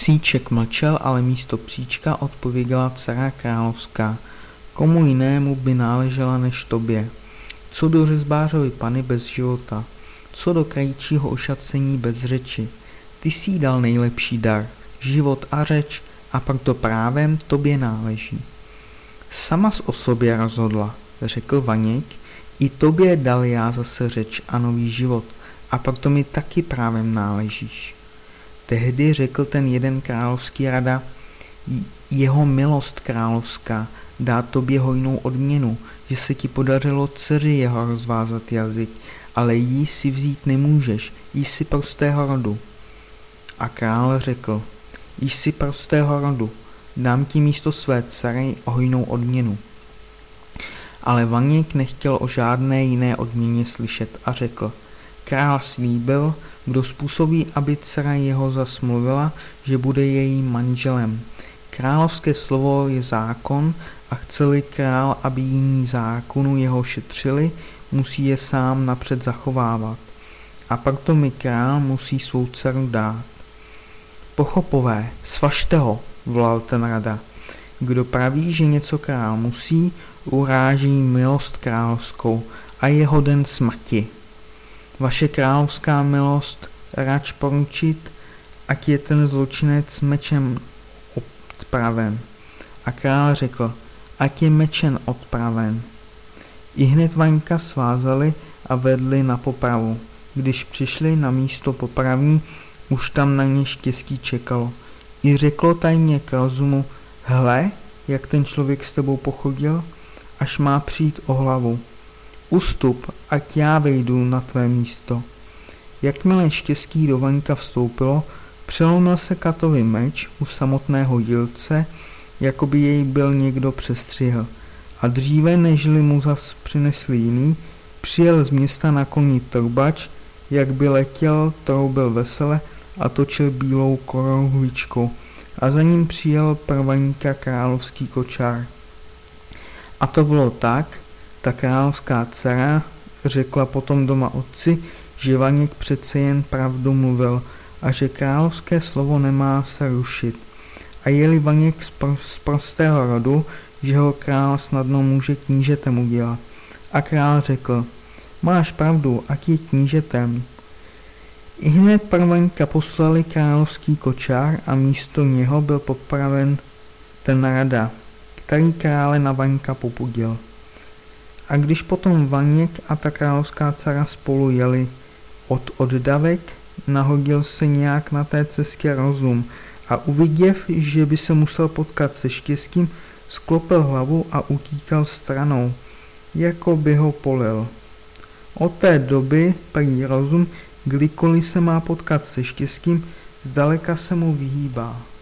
Psíček mlčel, ale místo psíčka odpověděla dcera královská. Komu jinému by náležela než tobě? Co do řezbářovy pany bez života? Co do krejčího ošacení bez řeči? Ty jsi jí dal nejlepší dar, život a řeč, a proto právem tobě náleží. Sama o sobě rozhodla, řekl Vaněk, i tobě dal já zase řeč a nový život, a proto mi taky právem náležíš. Tehdy řekl ten jeden královský rada, jeho milost královská dá tobě hojnou odměnu, že se ti podařilo dceři jeho rozvázat jazyk, ale jí si vzít nemůžeš, jsi prostého rodu. A král řekl, jsi prostého rodu, dám ti místo své dcery hojnou odměnu. Ale Vaněk nechtěl o žádné jiné odměně slyšet a řekl, král slíbil, kdo způsobí, aby dcera jeho zasmluvila, že bude jejím manželem. Královské slovo je zákon a chce-li král, aby jiní zákonu jeho šetřili, musí je sám napřed zachovávat. A proto mi král musí svou dceru dát. Pochopové, svažte ho, volal ten rada. Kdo praví, že něco král musí, uráží milost královskou a je hoden smrti. Vaše královská milost rač poručit, ať je ten zločinec mečem odpraven. A král řekl, ať je mečem odpraven. Ihned Vaňka svázali a vedli na popravu. Když přišli na místo popravní, už tam na ně štěstí čekalo. I řeklo tajně k rozumu, hle, jak ten člověk s tebou pochodil, až má přijít o hlavu. Ustup, ať já vejdu na tvé místo. Jakmile štěstí do Vaňka vstoupilo, přelomil se katovi meč u samotného dílce, jako by jej byl někdo přestřihl. A dříve, nežli mu zas přinesli jiný, přijel z města na koni trubač, jak by letěl, troubil vesele a točil bílou korouhvičkou. A za ním přijel pro Vaňka královský kočár. A to bylo tak, ta královská dcera řekla potom doma otci, že Vaněk přece jen pravdu mluvil a že královské slovo nemá se rušit. A je-li Vaněk z prostého rodu, že ho král snadno může knížetem udělat. A král řekl, máš pravdu, ať je knížetem. Ihned pro Vaňka poslali královský kočár a místo něho byl popraven ten rada, který krále na Vaňka popudil. A když potom Vaněk a ta královská dcera spolu jeli od oddavek, nahodil se nějak na té cestě rozum a uviděv, že by se musel potkat se štěstím, sklopil hlavu a utíkal stranou, jako by ho polil. Od té doby prý rozum, kdykoliv se má potkat se štěstím, zdaleka se mu vyhýbá.